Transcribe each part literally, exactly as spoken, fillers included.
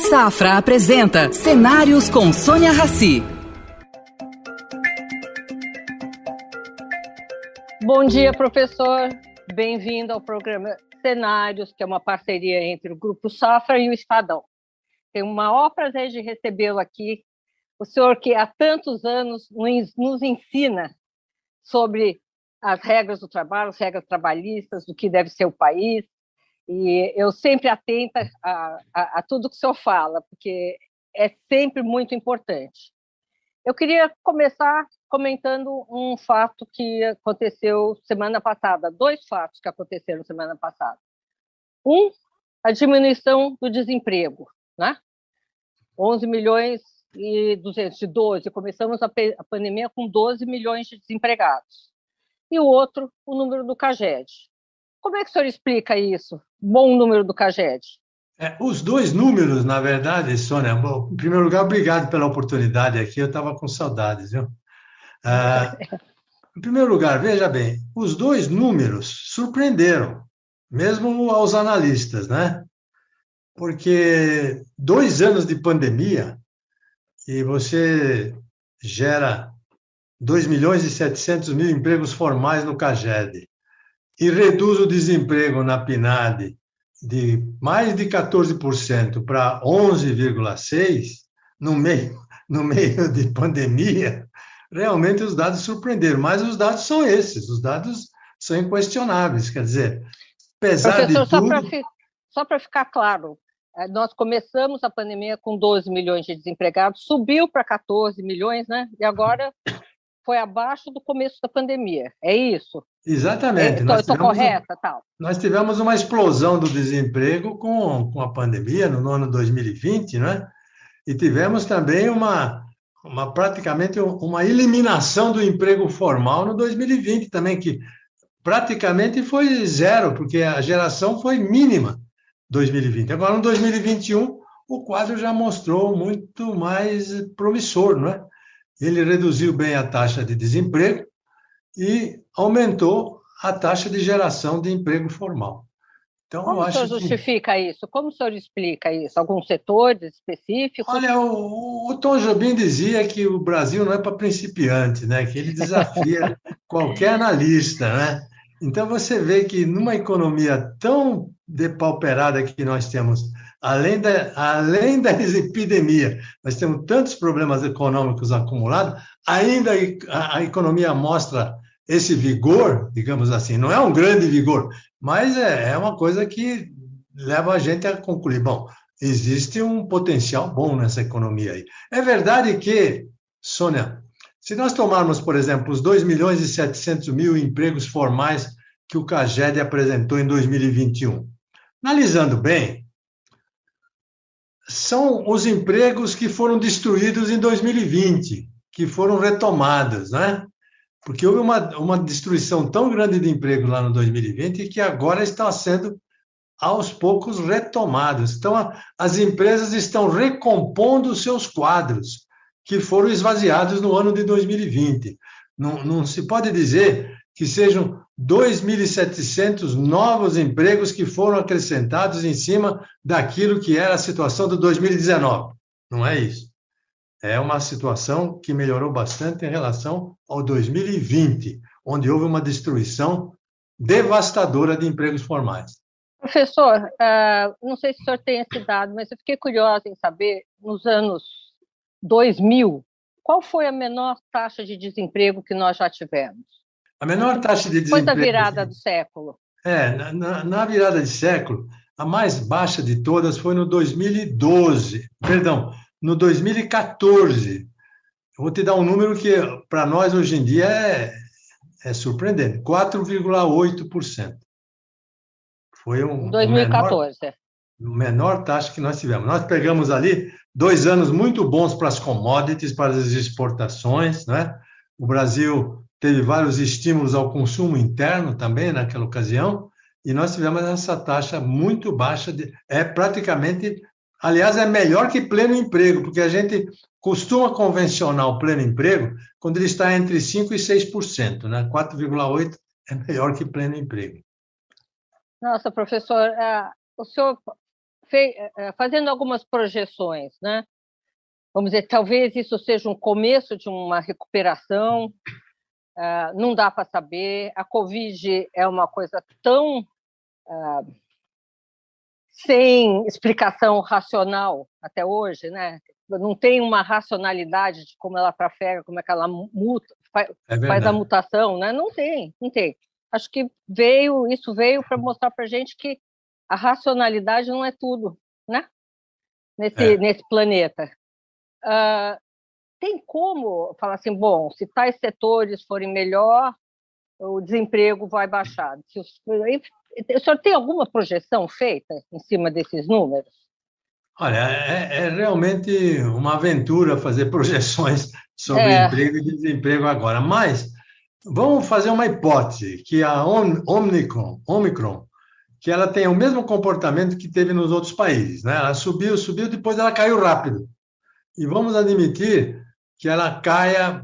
Safra apresenta Cenários com Sônia Rassi. Bom dia, professor. Bem-vindo ao programa Cenários, que é uma parceria entre o Grupo Safra e o Estadão. Tenho o maior prazer de recebê-lo aqui, o senhor que há tantos anos nos ensina sobre as regras do trabalho, as regras trabalhistas, do que deve ser o país. E eu sempre atenta a, a, a tudo que o senhor fala, porque é sempre muito importante. Eu queria começar comentando um fato que aconteceu semana passada, dois fatos que aconteceram semana passada. Um, a diminuição do desemprego, né? onze milhões e duzentos, de doze, começamos a, a pandemia com doze milhões de desempregados. E o outro, o número do CAGED. Como é que o senhor explica isso? Bom número do CAGED. É, os dois números, na verdade, Sônia, bom, em primeiro lugar, obrigado pela oportunidade aqui, eu estava com saudades, viu? Ah, em primeiro lugar, veja bem, os dois números surpreenderam, mesmo aos analistas, né? Porque dois anos de pandemia e você gera dois milhões e setecentos mil empregos formais no CAGED e reduz o desemprego na PNAD de mais de quatorze por cento para onze vírgula seis por cento no meio, no meio de pandemia, realmente os dados surpreenderam. Mas os dados são esses, os dados são inquestionáveis. Quer dizer, apesar Professor, de tudo... Só para ficar claro, nós começamos a pandemia com doze milhões de desempregados, subiu para quatorze milhões, né? E agora foi abaixo do começo da pandemia, é isso? Exatamente. Estou correta, tal. Nós tivemos uma explosão do desemprego com, com a pandemia no ano dois mil e vinte, né? E tivemos também uma, uma praticamente uma eliminação do emprego formal no dois mil e vinte também, que praticamente foi zero, porque a geração foi mínima dois mil e vinte. Agora, no dois mil e vinte e um, o quadro já mostrou muito mais promissor, não é? Ele reduziu bem a taxa de desemprego e aumentou a taxa de geração de emprego formal. Então, Como eu acho o senhor justifica que... isso? Como o senhor explica isso? Alguns setores específicos? Olha, o, o Tom Jobim dizia que o Brasil não é para principiante, né? Que ele desafia qualquer analista, né? Então, você vê que numa economia tão depauperada que nós temos, além da, além da epidemia, nós temos tantos problemas econômicos acumulados, ainda a, a economia mostra esse vigor, digamos assim, não é um grande vigor, mas é, é uma coisa que leva a gente a concluir, bom, existe um potencial bom nessa economia aí. É verdade que, Sônia, se nós tomarmos, por exemplo, os dois milhões e setecentos mil empregos formais que o CAGED apresentou em dois mil e vinte e um, analisando bem, são os empregos que foram destruídos em dois mil e vinte, que foram retomados, né? Porque houve uma, uma destruição tão grande de emprego lá no dois mil e vinte que agora estão sendo, aos poucos, retomados. Então, a, as empresas estão recompondo os seus quadros, que foram esvaziados no ano de dois mil e vinte. Não, não se pode dizer que sejam dois mil e setecentos novos empregos que foram acrescentados em cima daquilo que era a situação de dois mil e dezenove. Não é isso. É uma situação que melhorou bastante em relação ao dois mil e vinte, onde houve uma destruição devastadora de empregos formais. Professor, uh, não sei se o senhor tem esse dado, mas eu fiquei curiosa em saber, nos anos dois mil, qual foi a menor taxa de desemprego que nós já tivemos? A menor taxa de desemprego... Depois da virada do século. É, na, na virada de século, a mais baixa de todas foi no dois mil e doze, perdão, no dois mil e quatorze. Eu vou te dar um número que, para nós, hoje em dia, é, é surpreendente, quatro vírgula oito por cento. Foi um, dois mil e quatorze. O menor, o menor taxa que nós tivemos. Nós pegamos ali dois anos muito bons para as commodities, para as exportações, né? O Brasil teve vários estímulos ao consumo interno também naquela ocasião, e nós tivemos essa taxa muito baixa, de, é praticamente, aliás, é melhor que pleno emprego, porque a gente costuma convencionar o pleno emprego quando ele está entre cinco por cento e seis por cento, né? quatro vírgula oito por cento é melhor que pleno emprego. Nossa, professor, uh, o senhor fazendo algumas projeções, né? Vamos dizer, talvez isso seja um começo de uma recuperação, uh, não dá para saber. A Covid é uma coisa tão uh, sem explicação racional até hoje, né? Não tem uma racionalidade de como ela trafega, como é que ela muta, faz, é faz a mutação, né? Não tem, não tem. Acho que veio, isso veio para mostrar para a gente que a racionalidade não é tudo, né? Nesse, é. nesse planeta. Uh, tem como falar assim, bom, se tais setores forem melhor, o desemprego vai baixar. Se os, o senhor tem alguma projeção feita em cima desses números? Olha, é, é realmente uma aventura fazer projeções sobre é. emprego e desemprego agora, mas vamos fazer uma hipótese, que a Omicron, Omicron, que ela tem o mesmo comportamento que teve nos outros países, né? Ela subiu, subiu, depois ela caiu rápido. E vamos admitir que ela caia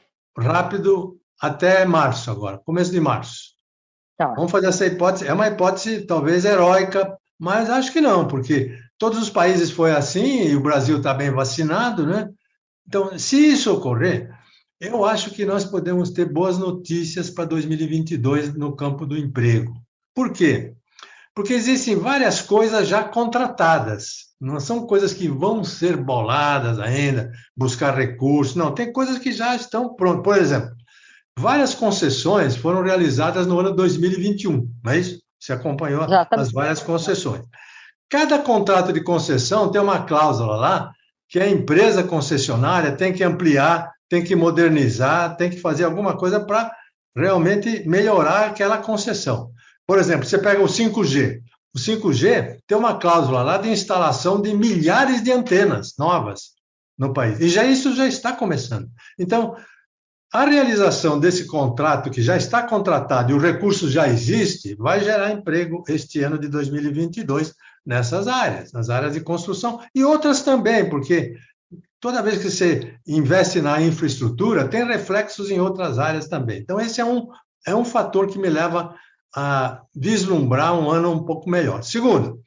rápido até março agora, começo de março. Tá. Vamos fazer essa hipótese. É uma hipótese talvez heróica, mas acho que não, porque todos os países foi assim e o Brasil está bem vacinado, né? Então, se isso ocorrer, eu acho que nós podemos ter boas notícias para dois mil e vinte e dois no campo do emprego. Por quê? Porque existem várias coisas já contratadas, não são coisas que vão ser boladas ainda, buscar recursos, não, tem coisas que já estão prontas. Por exemplo, várias concessões foram realizadas no ano dois mil e vinte e um, não é isso? Você acompanhou já, tá as várias concessões. Cada contrato de concessão tem uma cláusula lá que a empresa concessionária tem que ampliar, tem que modernizar, tem que fazer alguma coisa para realmente melhorar aquela concessão. Por exemplo, você pega o cinco G. O cinco G tem uma cláusula lá de instalação de milhares de antenas novas no país. E já isso já está começando. Então, a realização desse contrato, que já está contratado e o recurso já existe, vai gerar emprego este ano de dois mil e vinte e dois nessas áreas, nas áreas de construção e outras também, porque toda vez que você investe na infraestrutura, tem reflexos em outras áreas também. Então, esse é um, é um fator que me leva a vislumbrar um ano um pouco melhor. Segundo,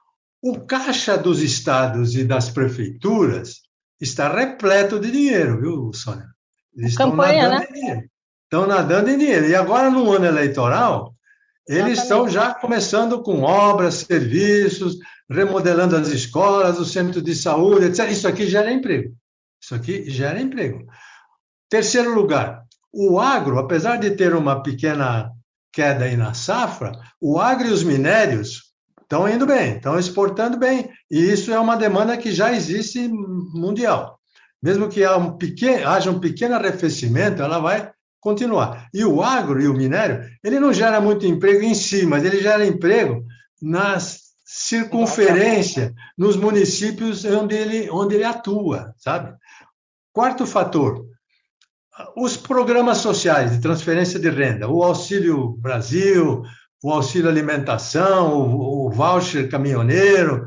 o caixa dos estados e das prefeituras está repleto de dinheiro, viu, Sônia? Eles estão Campanha, nadando né? em dinheiro. Estão nadando em dinheiro. E agora, no ano eleitoral, eles Exatamente. estão já começando com obras, serviços, remodelando as escolas, os centros de saúde, etcétera. Isso aqui gera emprego. Isso aqui gera emprego. Terceiro lugar, o agro, apesar de ter uma pequena queda aí na safra, o agro e os minérios estão indo bem, estão exportando bem, e isso é uma demanda que já existe mundial. Mesmo que haja um pequeno, haja um pequeno arrefecimento, ela vai continuar. E o agro e o minério, ele não gera muito emprego em si, mas ele gera emprego na circunferência, nos municípios onde ele, onde ele atua, sabe? Quarto fator, os programas sociais de transferência de renda, o Auxílio Brasil, o Auxílio Alimentação, o, o voucher caminhoneiro,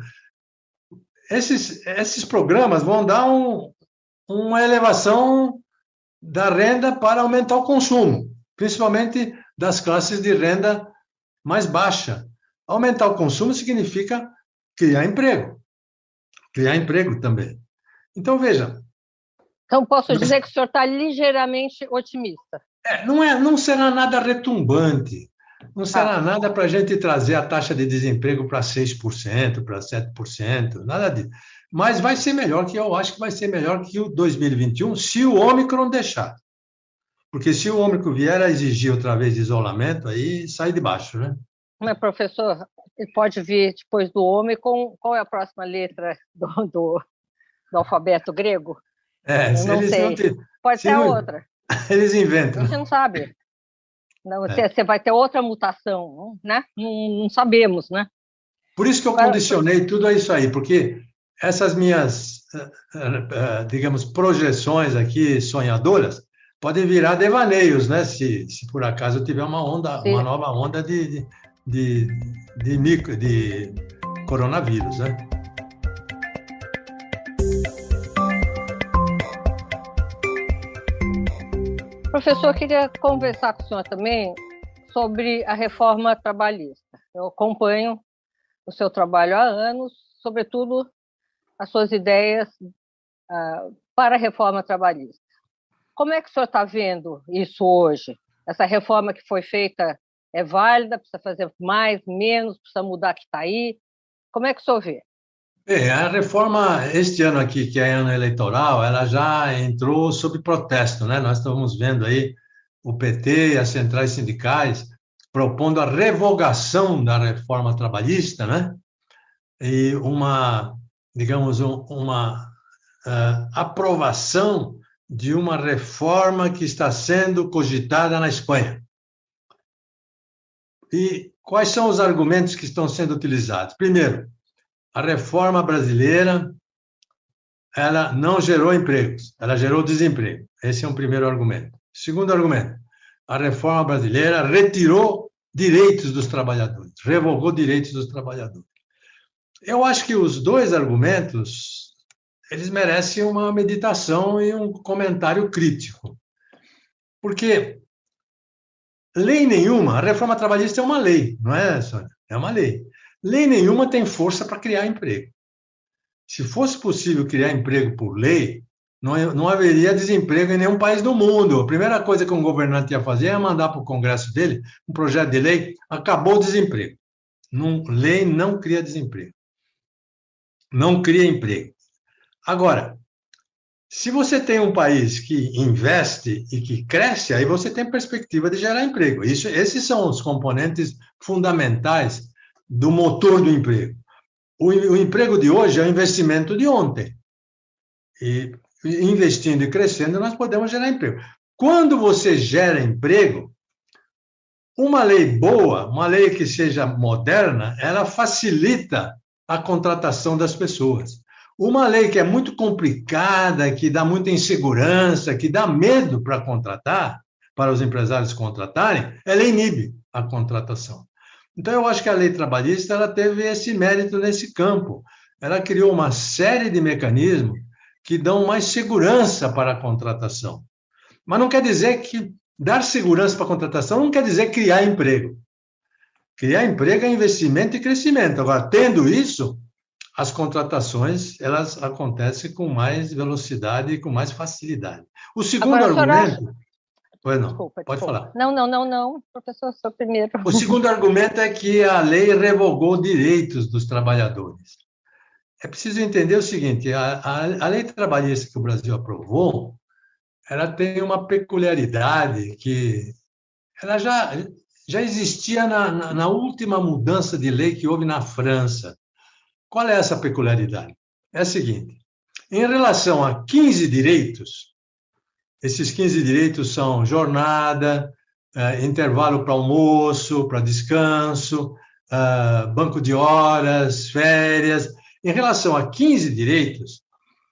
esses, esses programas vão dar um, uma elevação da renda para aumentar o consumo, principalmente das classes de renda mais baixa. Aumentar o consumo significa criar emprego, criar emprego também. Então, veja, Então, posso dizer que o senhor está ligeiramente otimista. É, não, é, não será nada retumbante, não será ah. nada para a gente trazer a taxa de desemprego para seis por cento, para sete por cento, nada disso. Mas vai ser melhor, que eu acho que vai ser melhor que o dois mil e vinte e um, se o Ômicron deixar. Porque se o Ômicron vier a exigir outra vez isolamento, aí sai de baixo, né? Mas, professor, ele pode vir depois do Ômicron, qual é a próxima letra do, do, do alfabeto grego? É, se não eles sei. Não ter, Pode ser não, a outra. Eles inventam. A gente não sabe. Não, é. Você vai ter outra mutação, né? Não, não sabemos, né? Por isso que eu condicionei tudo a isso aí, porque essas minhas, digamos, projeções aqui sonhadoras podem virar devaneios, né? Se, se por acaso tiver uma onda, Sim. uma nova onda de, de, de, micro, de coronavírus, né? Professor, eu queria conversar com o senhor também sobre a reforma trabalhista. Eu acompanho o seu trabalho há anos sobretudo, as suas ideias uh, para a reforma trabalhista. Como é que o senhor está vendo isso hoje? Essa reforma que foi feita é válida? Precisa fazer mais, menos? Precisa mudar que está aí? Como é que o senhor vê? É, a reforma, este ano aqui, que é ano eleitoral, ela já entrou sob protesto, né? Nós estamos vendo aí o P T e as centrais sindicais propondo a revogação da reforma trabalhista, né? E uma, digamos, uma uh, aprovação de uma reforma que está sendo cogitada na Espanha. E quais são os argumentos que estão sendo utilizados? Primeiro, a reforma brasileira, ela não gerou empregos, ela gerou desemprego. Esse é um primeiro argumento. Segundo argumento, a reforma brasileira retirou direitos dos trabalhadores, revogou direitos dos trabalhadores. Eu acho que os dois argumentos, eles merecem uma meditação e um comentário crítico. Porque lei nenhuma, a reforma trabalhista é uma lei, não é, Sônia? É uma lei. Lei nenhuma tem força para criar emprego. Se fosse possível criar emprego por lei, não, não haveria desemprego em nenhum país do mundo. A primeira coisa que um governante ia fazer é mandar para o Congresso dele um projeto de lei, acabou o desemprego. Não, lei não cria desemprego. Não cria emprego. Agora, se você tem um país que investe e que cresce, aí você tem perspectiva de gerar emprego. Isso, esses são os componentes fundamentais do motor do emprego. O, o emprego de hoje é o investimento de ontem. E investindo e crescendo, nós podemos gerar emprego. Quando você gera emprego, uma lei boa, uma lei que seja moderna, ela facilita a contratação das pessoas. Uma lei que é muito complicada, que dá muita insegurança, que dá medo para contratar, para os empresários contratarem, ela inibe a contratação. Então, eu acho que a lei trabalhista ela teve esse mérito nesse campo. Ela criou uma série de mecanismos que dão mais segurança para a contratação. Mas não quer dizer que dar segurança para a contratação não quer dizer criar emprego. Criar emprego é investimento e crescimento. Agora, tendo isso, as contratações elas acontecem com mais velocidade e com mais facilidade. O segundo Agora, argumento... Acha... Pois não, desculpa, pode desculpa. falar. Não, não, não, não, professor, sou primeiro. O segundo argumento é que a lei revogou direitos dos trabalhadores. É preciso entender o seguinte, a, a, a lei trabalhista que o Brasil aprovou, ela tem uma peculiaridade que ela já, já existia na, na, na última mudança de lei que houve na França. Qual é essa peculiaridade? É a seguinte, em relação a quinze direitos, esses quinze direitos são jornada, eh, intervalo para almoço, para descanso, eh, banco de horas, férias. Em relação a quinze direitos,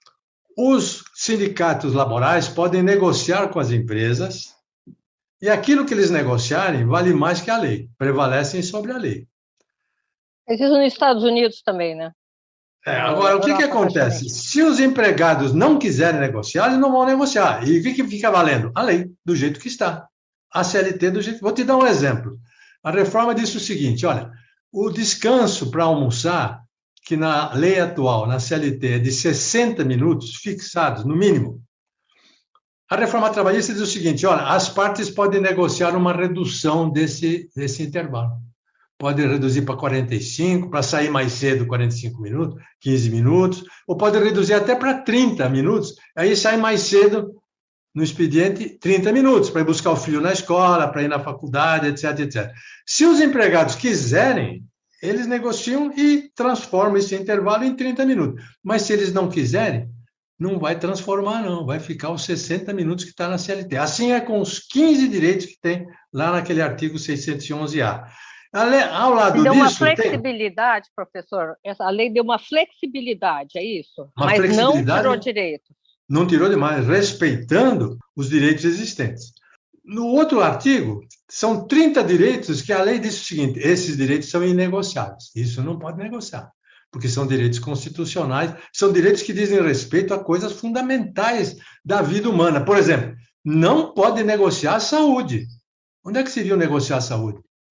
os sindicatos laborais podem negociar com as empresas e aquilo que eles negociarem vale mais que a lei, prevalecem sobre a lei. Isso nos Estados Unidos também, né? É, agora, o que, que acontece? Se os empregados não quiserem negociar, eles não vão negociar. E o que, que fica valendo? A lei, do jeito que está. A C L T do jeito... Vou te dar um exemplo. A reforma disse o seguinte, olha, o descanso para almoçar, que na lei atual, na C L T, é de sessenta minutos fixados, no mínimo. A reforma trabalhista diz o seguinte, olha, as partes podem negociar uma redução desse, desse intervalo. Pode reduzir para quarenta e cinco, para sair mais cedo, quarenta e cinco minutos, quinze minutos, ou pode reduzir até para trinta minutos, aí sai mais cedo no expediente, trinta minutos, para ir buscar o filho na escola, para ir na faculdade, etc, etcétera. Se os empregados quiserem, eles negociam e transformam esse intervalo em trinta minutos. Mas se eles não quiserem, não vai transformar, não, vai ficar os sessenta minutos que está na C L T. Assim é com os quinze direitos que tem lá naquele artigo seiscentos e onze A. Ao lado deu disso... uma flexibilidade, tem... professor, essa a lei deu uma flexibilidade, é isso? Uma mas flexibilidade, não tirou direito. Não tirou demais, respeitando os direitos existentes. No outro artigo, são trinta direitos que a lei diz o seguinte, esses direitos são inegociáveis, isso não pode negociar, porque são direitos constitucionais, são direitos que dizem respeito a coisas fundamentais da vida humana. Por exemplo, não pode negociar a saúde. Onde é que se viu negociar a saúde?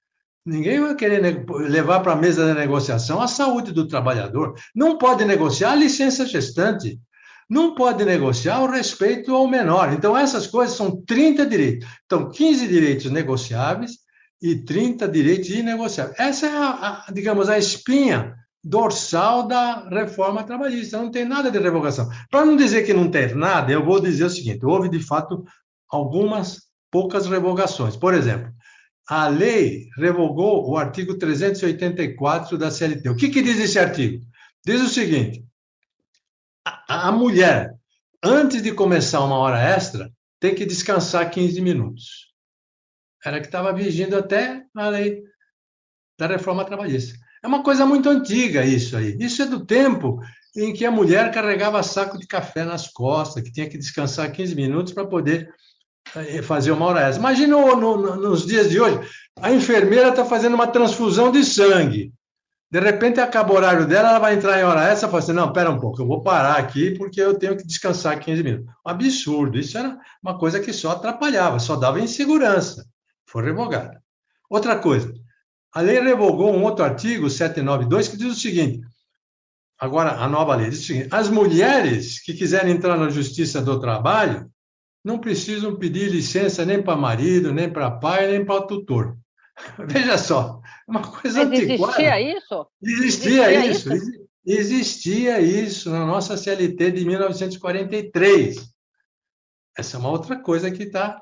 Ninguém vai querer levar para a mesa da negociação a saúde do trabalhador. Não pode negociar a licença gestante. Não pode negociar o respeito ao menor. Então, essas coisas são trinta direitos. Então, quinze direitos negociáveis e trinta direitos inegociáveis. Essa é, a, a, digamos, a espinha dorsal da reforma trabalhista. Não tem nada de revogação. Para não dizer que não tem nada, eu vou dizer o seguinte: houve, de fato, algumas poucas revogações. Por exemplo, a lei revogou o artigo trezentos e oitenta e quatro da C L T. O que, que diz esse artigo? Diz o seguinte: a, a mulher, antes de começar uma hora extra, tem que descansar quinze minutos. Era que estava vigindo até a lei da reforma trabalhista. É uma coisa muito antiga isso aí. Isso é do tempo em que a mulher carregava saco de café nas costas, que tinha que descansar quinze minutos para poder fazer uma hora extra. Imagina no, no, nos dias de hoje, a enfermeira está fazendo uma transfusão de sangue. De repente, acaba o horário dela, ela vai entrar em hora extra e fala assim: não, pera um pouco, eu vou parar aqui porque eu tenho que descansar quinze minutos. Um absurdo. Isso era uma coisa que só atrapalhava, só dava insegurança. Foi revogada. Outra coisa, a lei revogou um outro artigo, setecentos e noventa e dois, que diz o seguinte, agora a nova lei diz o seguinte: as mulheres que quiserem entrar na Justiça do Trabalho não precisam pedir licença nem para marido, nem para pai, nem para tutor. Veja só, uma coisa Mas antiquada. Existia isso? Existia, existia isso, isso? Existia isso na nossa C L T de mil novecentos e quarenta e três. Essa é uma outra coisa que está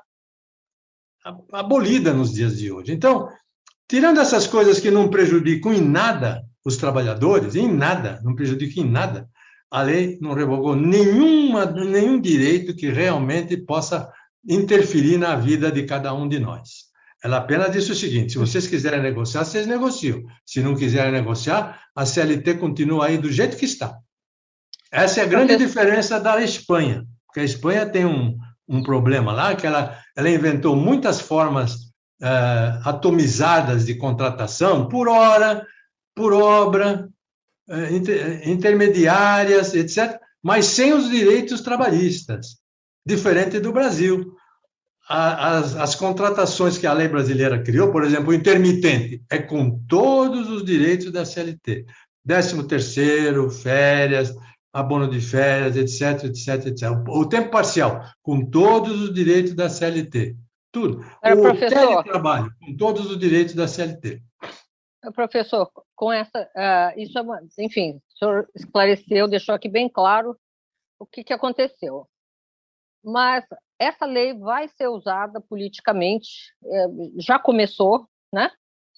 abolida nos dias de hoje. Então, tirando essas coisas que não prejudicam em nada os trabalhadores, em nada, não prejudicam em nada, a lei não revogou nenhuma, nenhum direito que realmente possa interferir na vida de cada um de nós. Ela apenas disse o seguinte: se vocês quiserem negociar, vocês negociam. Se não quiserem negociar, a C L T continua aí do jeito que está. Essa é a grande diferença da Espanha, porque a Espanha tem um, um problema lá, que ela, ela inventou muitas formas uh, atomizadas de contratação, por hora, por obra, uh, inter, intermediárias, etcétera, mas sem os direitos trabalhistas, diferente do Brasil. As, as contratações que a lei brasileira criou, por exemplo, o intermitente, é com todos os direitos da C L T. décimo terceiro, férias, abono de férias, etc, etc, etcétera. O tempo parcial, com todos os direitos da C L T. Tudo. Era, o professor, teletrabalho, com todos os direitos da C L T. Professor, com essa, uh, isso é uma, enfim, o senhor esclareceu, deixou aqui bem claro o que, que aconteceu. Mas essa lei vai ser usada politicamente, já começou, né?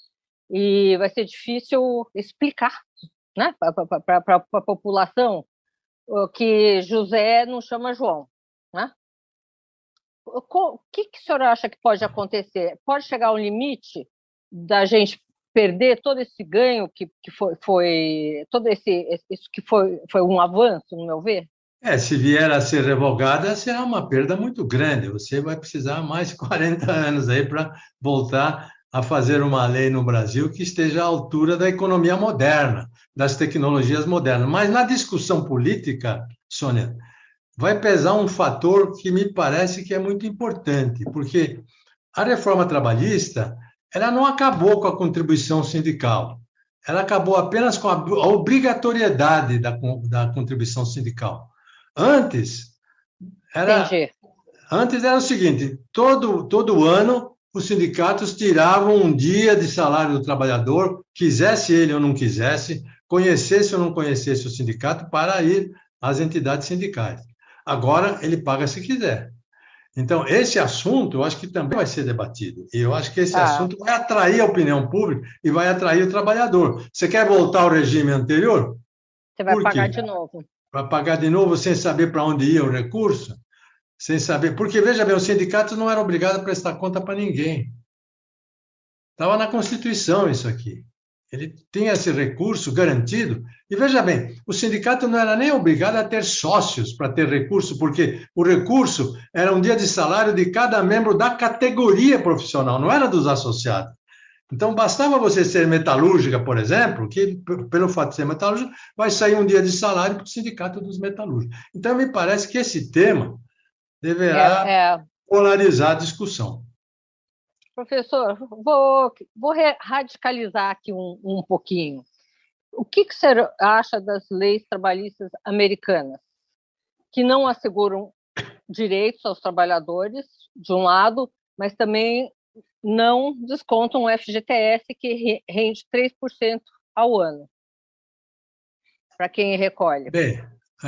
E vai ser difícil explicar, né, para a população que José não chama João, né? O que, que o senhor acha que pode acontecer? Pode chegar um limite da gente perder todo esse ganho que, que foi, foi todo esse isso que foi, foi um avanço, no meu ver? É, se vier a ser revogada, será uma perda muito grande. Você vai precisar mais de quarenta anos aí para voltar a fazer uma lei no Brasil que esteja à altura da economia moderna, das tecnologias modernas. Mas na discussão política, Sônia, vai pesar um fator que me parece que é muito importante, porque a reforma trabalhista, ela não acabou com a contribuição sindical. Ela acabou apenas com a obrigatoriedade da, da contribuição sindical. Antes era, antes era o seguinte: todo, todo ano os sindicatos tiravam um dia de salário do trabalhador, quisesse ele ou não quisesse, conhecesse ou não conhecesse o sindicato, para ir às entidades sindicais. Agora ele paga se quiser. Então, esse assunto eu acho que também vai ser debatido. E eu acho que esse ah. assunto vai atrair a opinião pública e vai atrair o trabalhador. Você quer voltar ao regime anterior? Você vai pagar de novo. Para pagar de novo sem saber para onde ia o recurso, sem saber. Porque, veja bem, os sindicatos não eram obrigados a prestar conta para ninguém. Estava na Constituição isso aqui. Ele tinha esse recurso garantido. E, veja bem, o sindicato não era nem obrigado a ter sócios para ter recurso, porque o recurso era um dia de salário de cada membro da categoria profissional, não era dos associados. Então, bastava você ser metalúrgica, por exemplo, que, pelo fato de ser metalúrgica, vai sair um dia de salário para o sindicato dos metalúrgicos. Então, me parece que esse tema deverá é, é... polarizar a discussão. Professor, vou, vou radicalizar aqui um, um pouquinho. O que, que você acha das leis trabalhistas americanas, que não asseguram direitos aos trabalhadores, de um lado, mas também não descontam o F G T S, que rende três por cento ao ano, para quem recolhe? Bem,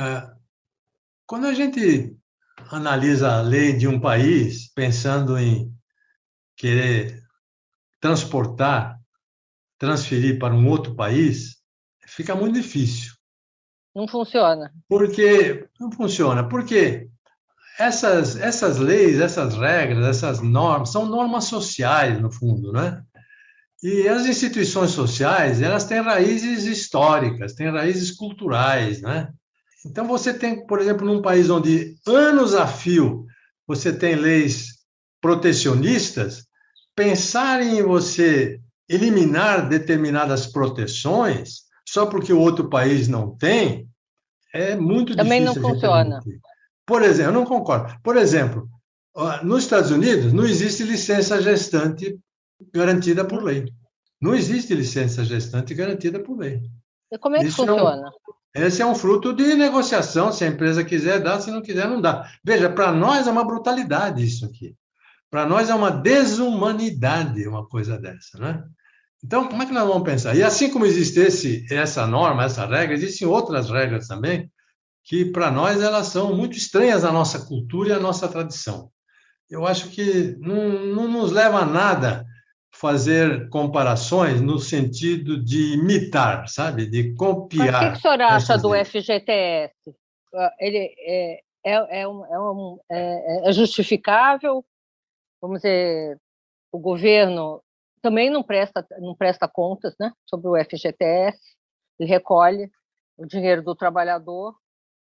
quando a gente analisa a lei de um país, pensando em querer transportar, transferir para um outro país, fica muito difícil. Não funciona. Porque não funciona. Porque essas, essas leis, essas regras, essas normas, são normas sociais, no fundo, né? E as instituições sociais, elas têm raízes históricas, têm raízes culturais, né? Então, você tem, por exemplo, num país onde anos a fio você tem leis protecionistas, pensar em você eliminar determinadas proteções só porque o outro país não tem, é muito Também difícil não a gente funciona. admitir. Por exemplo, eu não concordo. Por exemplo, nos Estados Unidos não existe licença gestante garantida por lei. Não existe licença gestante garantida por lei. E como é que Isso funciona? É um, esse é um fruto de negociação. Se a empresa quiser dar, se não quiser, não dá. Veja, para nós é uma brutalidade isso aqui. Para nós é uma desumanidade uma coisa dessa, né? Então, como é que nós vamos pensar? E assim como existe esse, essa norma, essa regra, existem outras regras também, que para nós elas são muito estranhas à nossa cultura e à nossa tradição. Eu acho que não, não nos leva a nada fazer comparações no sentido de imitar, sabe? De copiar. Mas o que, que o senhor acha do leis. F G T S? Ele é, é, é, um, é, um, é, é justificável? Vamos dizer, o governo também não presta, não presta contas, né, sobre o F G T S, ele recolhe o dinheiro do trabalhador,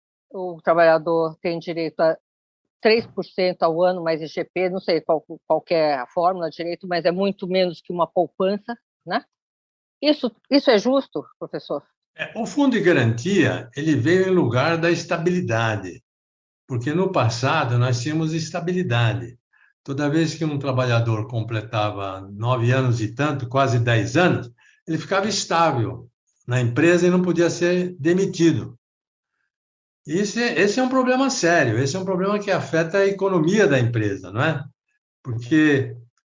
o trabalhador tem direito a três por cento ao ano mais I G P, não sei qual, qual é a fórmula direito, mas é muito menos que uma poupança, né? Isso, isso é justo, professor? É, o Fundo de Garantia, ele veio em lugar da estabilidade, porque no passado nós tínhamos estabilidade. Toda vez que um trabalhador completava nove anos e tanto, quase dez anos, ele ficava estável na empresa e não podia ser demitido. Esse, esse é um problema sério, esse é um problema que afeta a economia da empresa, não é? Porque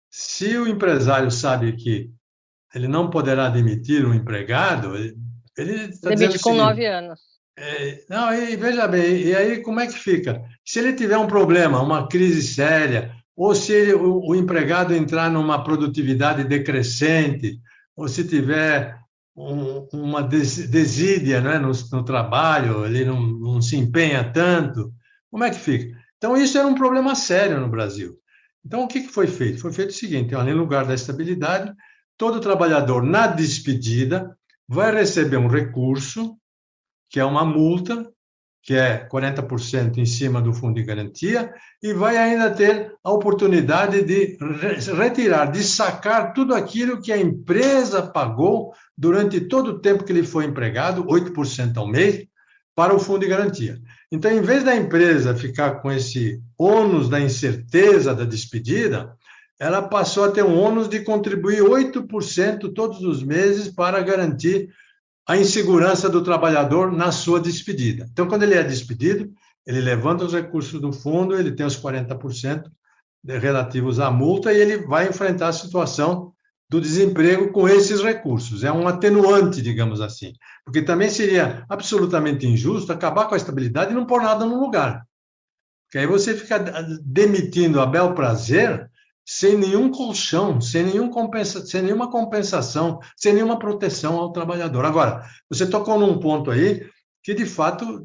se o empresário sabe que ele não poderá demitir um empregado, ele está dizendo Demite o com seguinte, nove anos. É, não, e veja bem, e aí como é que fica? Se ele tiver um problema, uma crise séria, ou se ele, o, o empregado entrar numa produtividade decrescente, ou se tiver um, uma des, desídia, né, no, no trabalho, ele não, não se empenha tanto, como é que fica? Então, isso era um problema sério no Brasil. Então, o que foi feito? Foi feito o seguinte, ó, em lugar da estabilidade, todo trabalhador na despedida vai receber um recurso, que é uma multa, que é quarenta por cento em cima do fundo de garantia, e vai ainda ter a oportunidade de retirar, de sacar tudo aquilo que a empresa pagou durante todo o tempo que ele foi empregado, oito por cento ao mês, para o fundo de garantia. Então, em vez da empresa ficar com esse ônus da incerteza da despedida, ela passou a ter um ônus de contribuir oito por cento todos os meses para garantir a insegurança do trabalhador na sua despedida. Então, quando ele é despedido, ele levanta os recursos do fundo, ele tem os quarenta por cento relativos à multa e ele vai enfrentar a situação do desemprego com esses recursos. É um atenuante, digamos assim. Porque também seria absolutamente injusto acabar com a estabilidade e não pôr nada no lugar. Porque aí você fica demitindo a bel prazer sem nenhum colchão, sem, nenhum compensa, sem nenhuma compensação, sem nenhuma proteção ao trabalhador. Agora, você tocou num ponto aí que, de fato,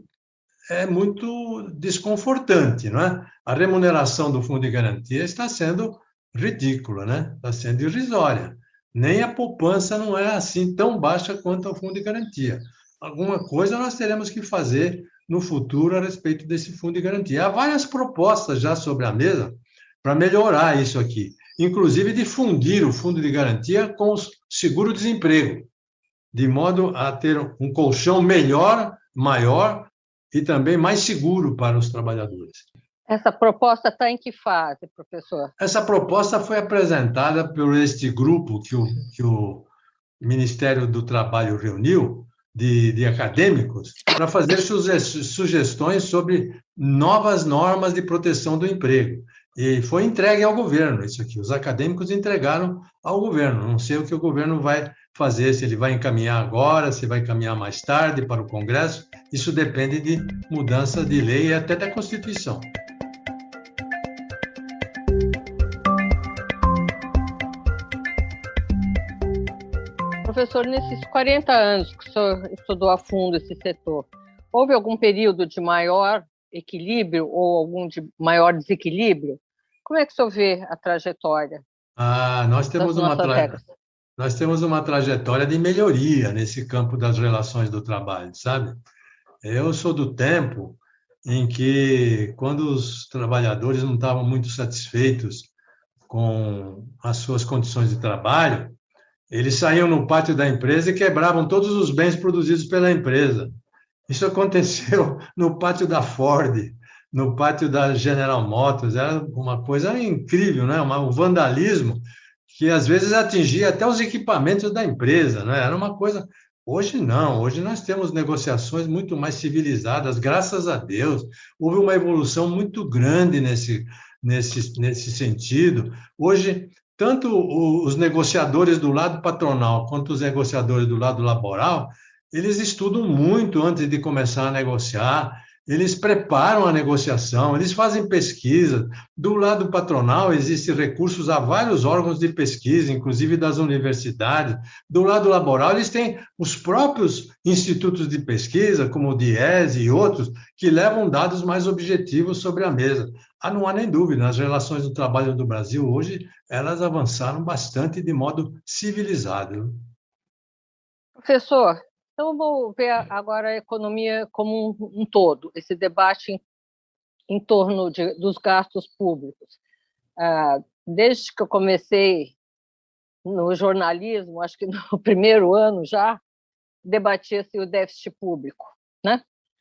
é muito desconfortante, não é? A remuneração do Fundo de Garantia está sendo ridícula, né? Está sendo irrisória. Nem a poupança não é assim tão baixa quanto o Fundo de Garantia. Alguma coisa nós teremos que fazer no futuro a respeito desse Fundo de Garantia. Há várias propostas já sobre a mesa para melhorar isso aqui, inclusive difundir o fundo de garantia com o seguro-desemprego, de modo a ter um colchão melhor, maior e também mais seguro para os trabalhadores. Essa proposta está em que fase, professor? Essa proposta foi apresentada por este grupo que o, que o Ministério do Trabalho reuniu, de, de acadêmicos, para fazer sugestões sobre novas normas de proteção do emprego. E foi entregue ao governo isso aqui. Os acadêmicos entregaram ao governo. Não sei o que o governo vai fazer, se ele vai encaminhar agora, se vai encaminhar mais tarde para o Congresso. Isso depende de mudança de lei e até da Constituição. Professor, nesses quarenta anos que o senhor estudou a fundo esse setor, houve algum período de maior equilíbrio ou algum de maior desequilíbrio? Como é que o senhor vê a trajetória? Ah, nós temos uma tra... nós temos uma trajetória de melhoria nesse campo das relações do trabalho, sabe? Eu sou do tempo em que, quando os trabalhadores não estavam muito satisfeitos com as suas condições de trabalho, eles saíam no pátio da empresa e quebravam todos os bens produzidos pela empresa. Isso aconteceu no pátio da Ford, no pátio da General Motors. Era uma coisa incrível, né? Um vandalismo que, às vezes, atingia até os equipamentos da empresa, né? Era uma coisa... Hoje, não. Hoje, nós temos negociações muito mais civilizadas, graças a Deus. Houve uma evolução muito grande nesse, nesse, nesse sentido. Hoje... tanto os negociadores do lado patronal quanto os negociadores do lado laboral, eles estudam muito antes de começar a negociar, eles preparam a negociação, eles fazem pesquisa. Do lado patronal, existem recursos a vários órgãos de pesquisa, inclusive das universidades. Do lado laboral, eles têm os próprios institutos de pesquisa, como o DIESE e outros, que levam dados mais objetivos sobre a mesa. Ah, não há nem dúvida, as relações do trabalho do Brasil hoje, elas avançaram bastante de modo civilizado. Professor, então vamos ver agora a economia como um, um todo, esse debate em, em torno de, dos gastos públicos. Ah, desde que eu comecei no jornalismo, acho que no primeiro ano já, debatia-se o déficit público, né?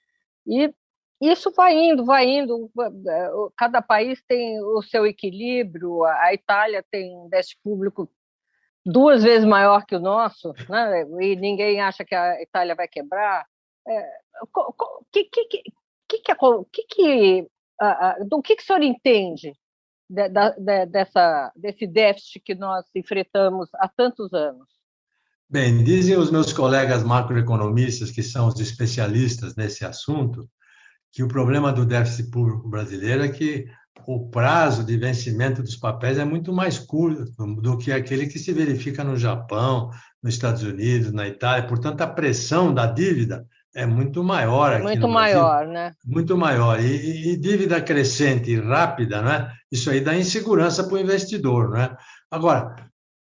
E isso vai indo, vai indo, cada país tem o seu equilíbrio, a Itália tem um déficit público duas vezes maior que o nosso, né? E ninguém acha que a Itália vai quebrar. É, que, que, que, que, que, que, uh, uh, do que, que o senhor entende de, de, dessa, desse déficit que nós enfrentamos há tantos anos? Bem, dizem os meus colegas macroeconomistas, que são os especialistas nesse assunto, que o problema do déficit público brasileiro é que o prazo de vencimento dos papéis é muito mais curto do que aquele que se verifica no Japão, nos Estados Unidos, na Itália. Portanto, a pressão da dívida é muito maior aqui muito no Brasil. Muito maior, né? Muito maior. E, e dívida crescente e rápida, né? Isso aí dá insegurança para o investidor, né? Agora,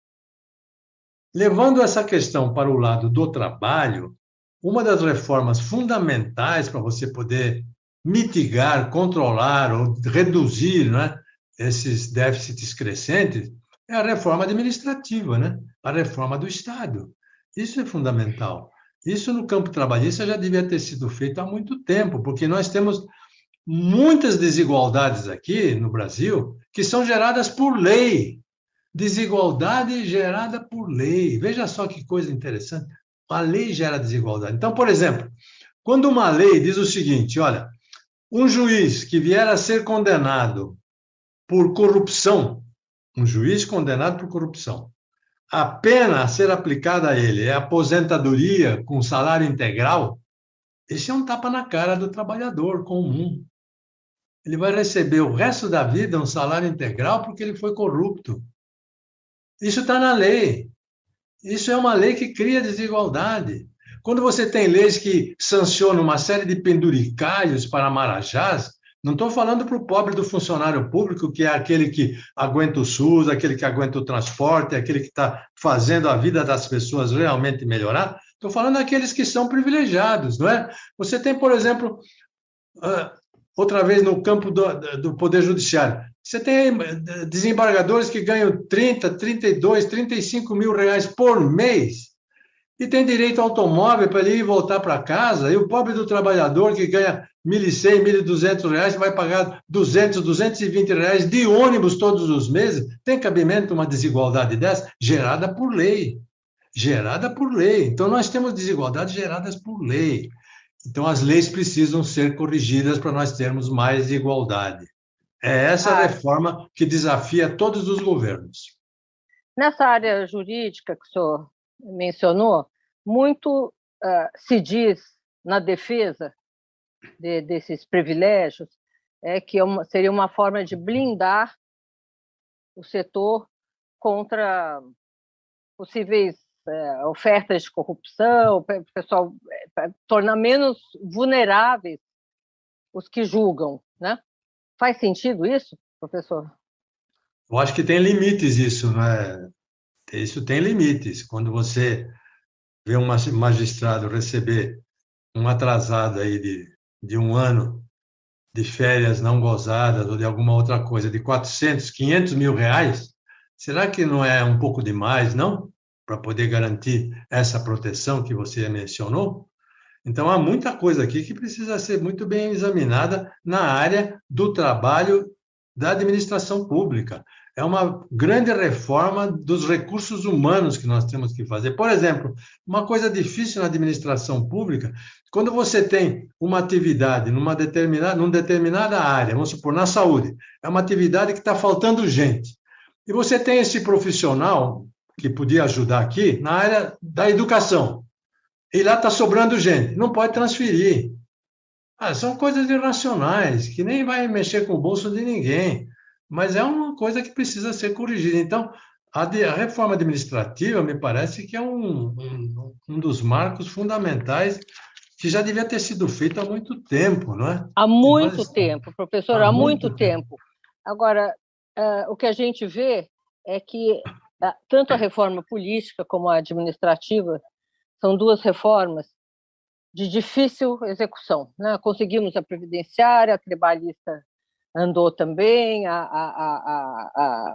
levando essa questão para o lado do trabalho, uma das reformas fundamentais para você poder mitigar, controlar ou reduzir, né, esses déficits crescentes é a reforma administrativa, né? A reforma do Estado. Isso é fundamental. Isso no campo trabalhista já devia ter sido feito há muito tempo, porque nós temos muitas desigualdades aqui no Brasil que são geradas por lei. Desigualdade gerada por lei. Veja só que coisa interessante. A lei gera desigualdade. Então, por exemplo, quando uma lei diz o seguinte, olha, um juiz que vier a ser condenado por corrupção, um juiz condenado por corrupção, a pena a ser aplicada a ele é aposentadoria com salário integral, esse é um tapa na cara do trabalhador comum. Ele vai receber o resto da vida um salário integral porque ele foi corrupto. Isso está na lei. Isso é uma lei que cria desigualdade. Quando você tem leis que sancionam uma série de penduricalhos para marajás, não estou falando para o pobre do funcionário público, que é aquele que aguenta o SUS, aquele que aguenta o transporte, aquele que está fazendo a vida das pessoas realmente melhorar. Estou falando daqueles que são privilegiados, não é? Você tem, por exemplo, outra vez no campo do, do Poder Judiciário, você tem desembargadores que ganham trinta, trinta e dois, trinta e cinco mil reais por mês, e tem direito ao automóvel para ele ir e voltar para casa, e o pobre do trabalhador que ganha mil e cem, mil e duzentos reais, vai pagar duzentos, duzentos e vinte reais de ônibus todos os meses. Tem cabimento uma desigualdade dessa? Gerada por lei. Gerada por lei. Então, nós temos desigualdades geradas por lei. Então, as leis precisam ser corrigidas para nós termos mais igualdade. É essa Ah, reforma que desafia todos os governos. nessa área jurídica que o senhor mencionou, muito uh, se diz na defesa de, desses privilégios é que é uma, seria uma forma de blindar o setor contra possíveis é, ofertas de corrupção, para o pessoal é, tornar menos vulneráveis os que julgam, né? Faz sentido isso, professor? Eu acho que tem limites isso, né? Isso tem limites. Quando você vê um magistrado receber um atrasado aí de, de um ano de férias não gozadas ou de alguma outra coisa, de quatrocentos, quinhentos mil reais, será que não é um pouco demais, não? Para poder garantir essa proteção que você mencionou? Então, há muita coisa aqui que precisa ser muito bem examinada na área do trabalho da administração pública. É uma grande reforma dos recursos humanos que nós temos que fazer. Por exemplo, uma coisa difícil na administração pública, quando você tem uma atividade numa determinada, numa determinada área, vamos supor, na saúde, é uma atividade que está faltando gente. E você tem esse profissional que podia ajudar aqui na área da educação. E lá está sobrando gente, não pode transferir. Ah, são coisas irracionais, que nem vai mexer com o bolso de ninguém, mas é uma coisa que precisa ser corrigida. Então, a, de, a reforma administrativa me parece que é um, um, um dos marcos fundamentais que já devia ter sido feito há muito tempo, não é? Há muito Nós, tempo, professor, há há muito, muito tempo. tempo. Agora, uh, o que a gente vê é que uh, tanto a reforma política como a administrativa são duas reformas de difícil execução, né? Conseguimos a previdenciária, a trabalhista andou também, a, a, a, a,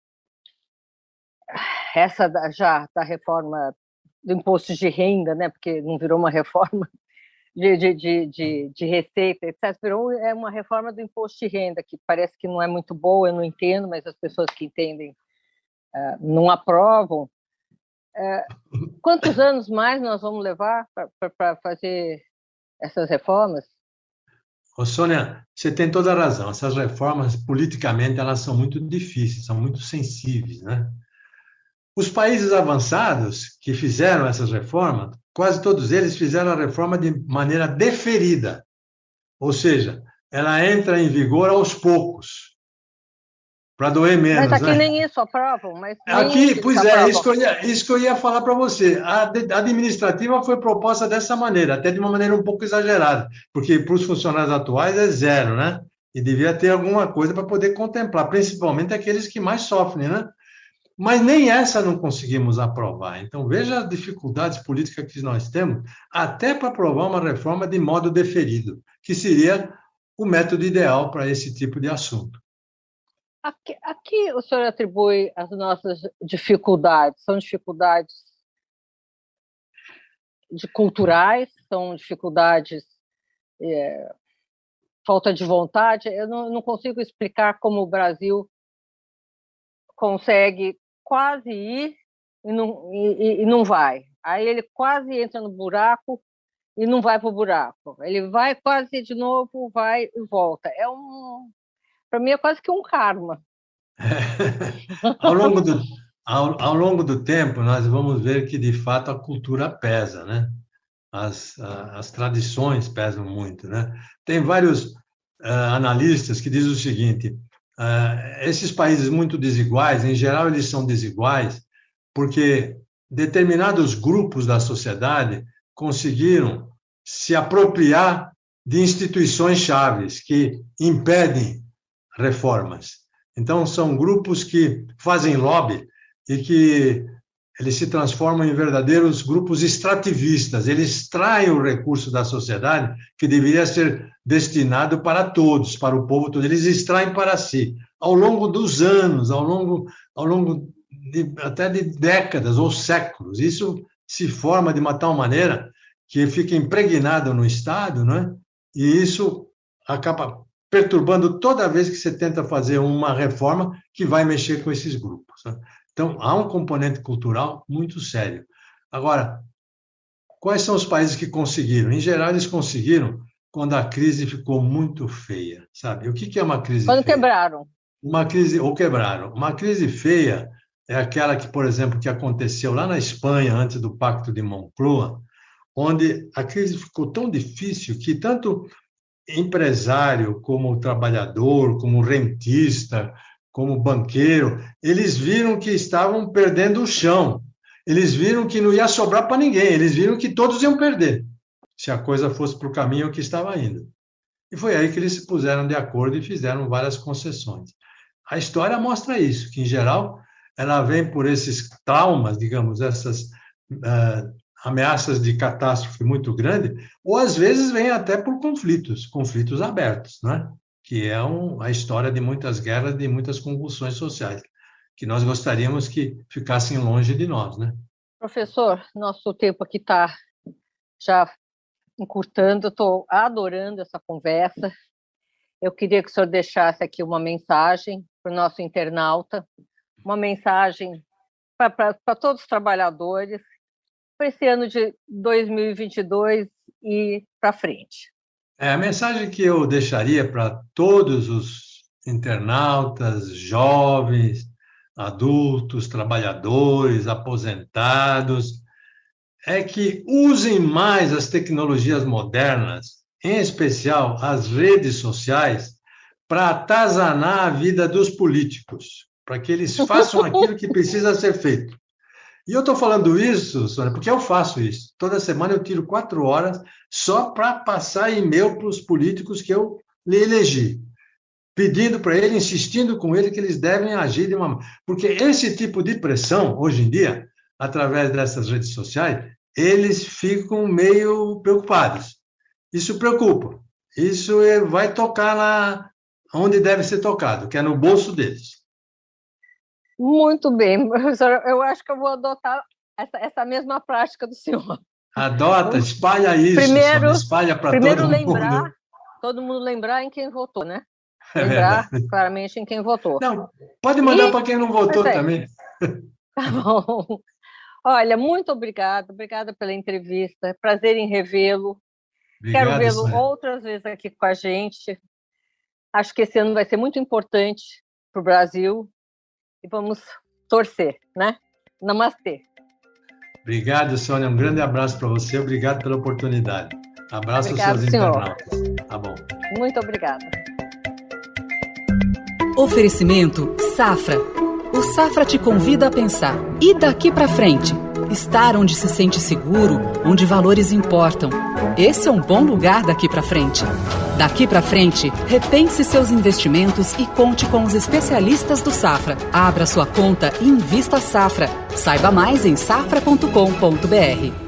a essa da, já da reforma do imposto de renda, né? Porque não virou uma reforma de, de, de, de, de receita, etcétera. Virou é uma reforma do imposto de renda, que parece que não é muito boa, eu não entendo, mas as pessoas que entendem uh, não aprovam. Uh, quantos anos mais nós vamos levar para fazer essas reformas? Ô, Sônia, você tem toda a razão. Essas reformas, politicamente, elas são muito difíceis, são muito sensíveis, né? Os países avançados que fizeram essas reformas, quase todos eles fizeram a reforma de maneira deferida, ou seja, ela entra em vigor aos poucos, para doer menos. Mas aqui né? nem isso aprovam. Mas aqui, pois é, isso que, eu ia, isso que eu ia falar para você. A administrativa foi proposta dessa maneira, até de uma maneira um pouco exagerada, porque para os funcionários atuais é zero, né? E devia ter alguma coisa para poder contemplar, principalmente aqueles que mais sofrem, né? Mas nem essa não conseguimos aprovar. Então, veja as dificuldades políticas que nós temos, até para aprovar uma reforma de modo deferido, que seria o método ideal para esse tipo de assunto. Aqui, aqui o senhor atribui as nossas dificuldades, são dificuldades de culturais, são dificuldades, é, falta de vontade. Eu não, não consigo explicar como o Brasil consegue quase ir e não, e, e não vai. Aí ele quase entra no buraco e não vai para o buraco. Ele vai quase de novo, vai e volta. É um... Para mim é quase que um karma. ao, longo do, ao, ao longo do tempo, nós vamos ver que, de fato, a cultura pesa, né? As, as tradições pesam muito, né? Tem vários uh, analistas que dizem o seguinte, uh, esses países muito desiguais, em geral, eles são desiguais porque determinados grupos da sociedade conseguiram se apropriar de instituições chaves que impedem reformas. Então, são grupos que fazem lobby e que eles se transformam em verdadeiros grupos extrativistas. Eles extraem o recurso da sociedade que deveria ser destinado para todos, para o povo todo. Eles extraem para si. Ao longo dos anos, ao longo, ao longo de, até de décadas ou séculos, isso se forma de uma tal maneira que fica impregnado no Estado, não é? E isso acaba perturbando toda vez que você tenta fazer uma reforma que vai mexer com esses grupos. Né? Então, há um componente cultural muito sério. Agora, quais são os países que conseguiram? Em geral, eles conseguiram quando a crise ficou muito feia, sabe? O que é uma crise quando feia? Quando quebraram. Uma crise, ou quebraram. Uma crise feia é aquela que, por exemplo, que aconteceu lá na Espanha, antes do Pacto de Moncloa, onde a crise ficou tão difícil que tanto empresário, como trabalhador, como rentista, como banqueiro, eles viram que estavam perdendo o chão. Eles viram que não ia sobrar para ninguém. Eles viram que todos iam perder, se a coisa fosse para o caminho que estava indo. E foi aí que eles se puseram de acordo e fizeram várias concessões. A história mostra isso, que, em geral, ela vem por esses traumas, digamos, essas uh, ameaças de catástrofe muito grande, ou, às vezes, vem até por conflitos, conflitos abertos, né? Que é um, a história de muitas guerras, de muitas convulsões sociais, que nós gostaríamos que ficassem longe de nós, né? Professor, nosso tempo aqui está já encurtando, estou adorando essa conversa. Eu queria que o senhor deixasse aqui uma mensagem para o nosso internauta, uma mensagem para todos os trabalhadores, para esse ano de dois mil e vinte e dois e para frente. É, a mensagem que eu deixaria para todos os internautas, jovens, adultos, trabalhadores, aposentados, é que usem mais as tecnologias modernas, em especial as redes sociais, para atazanar a vida dos políticos, para que eles façam aquilo que precisa ser feito. E eu estou falando isso, Sônia, porque eu faço isso. Toda semana eu tiro quatro horas só para passar e-mail para os políticos que eu lhe elegi, pedindo para ele, insistindo com ele que eles devem agir de uma... Porque esse tipo de pressão, hoje em dia, através dessas redes sociais, eles ficam meio preocupados. Isso preocupa. Isso vai tocar lá onde deve ser tocado, que é no bolso deles. Muito bem, professor. Eu acho que eu vou adotar essa, essa mesma prática do senhor. Adota, espalha isso, primeiro, Sônia, espalha para todo primeiro mundo. lembrar, todo mundo lembrar em quem votou, né? Lembrar é claramente em quem votou. Não, pode mandar para quem não votou é. também. Tá bom. Olha, muito obrigada, obrigada pela entrevista, prazer em revê-lo. Quero vê-lo Sônia. outras vezes aqui com a gente. Acho que esse ano vai ser muito importante para o Brasil e vamos torcer, né? Namastê. Obrigado, Sônia. Um grande abraço para você. Obrigado pela oportunidade. Abraço aos seus internautas. Tá bom. Muito obrigada. Oferecimento Safra. O Safra te convida a pensar. E daqui para frente? Estar onde se sente seguro, onde valores importam. Esse é um bom lugar daqui para frente. Daqui para frente, repense seus investimentos e conte com os especialistas do Safra. Abra sua conta e invista Safra. Saiba mais em safra ponto com ponto br.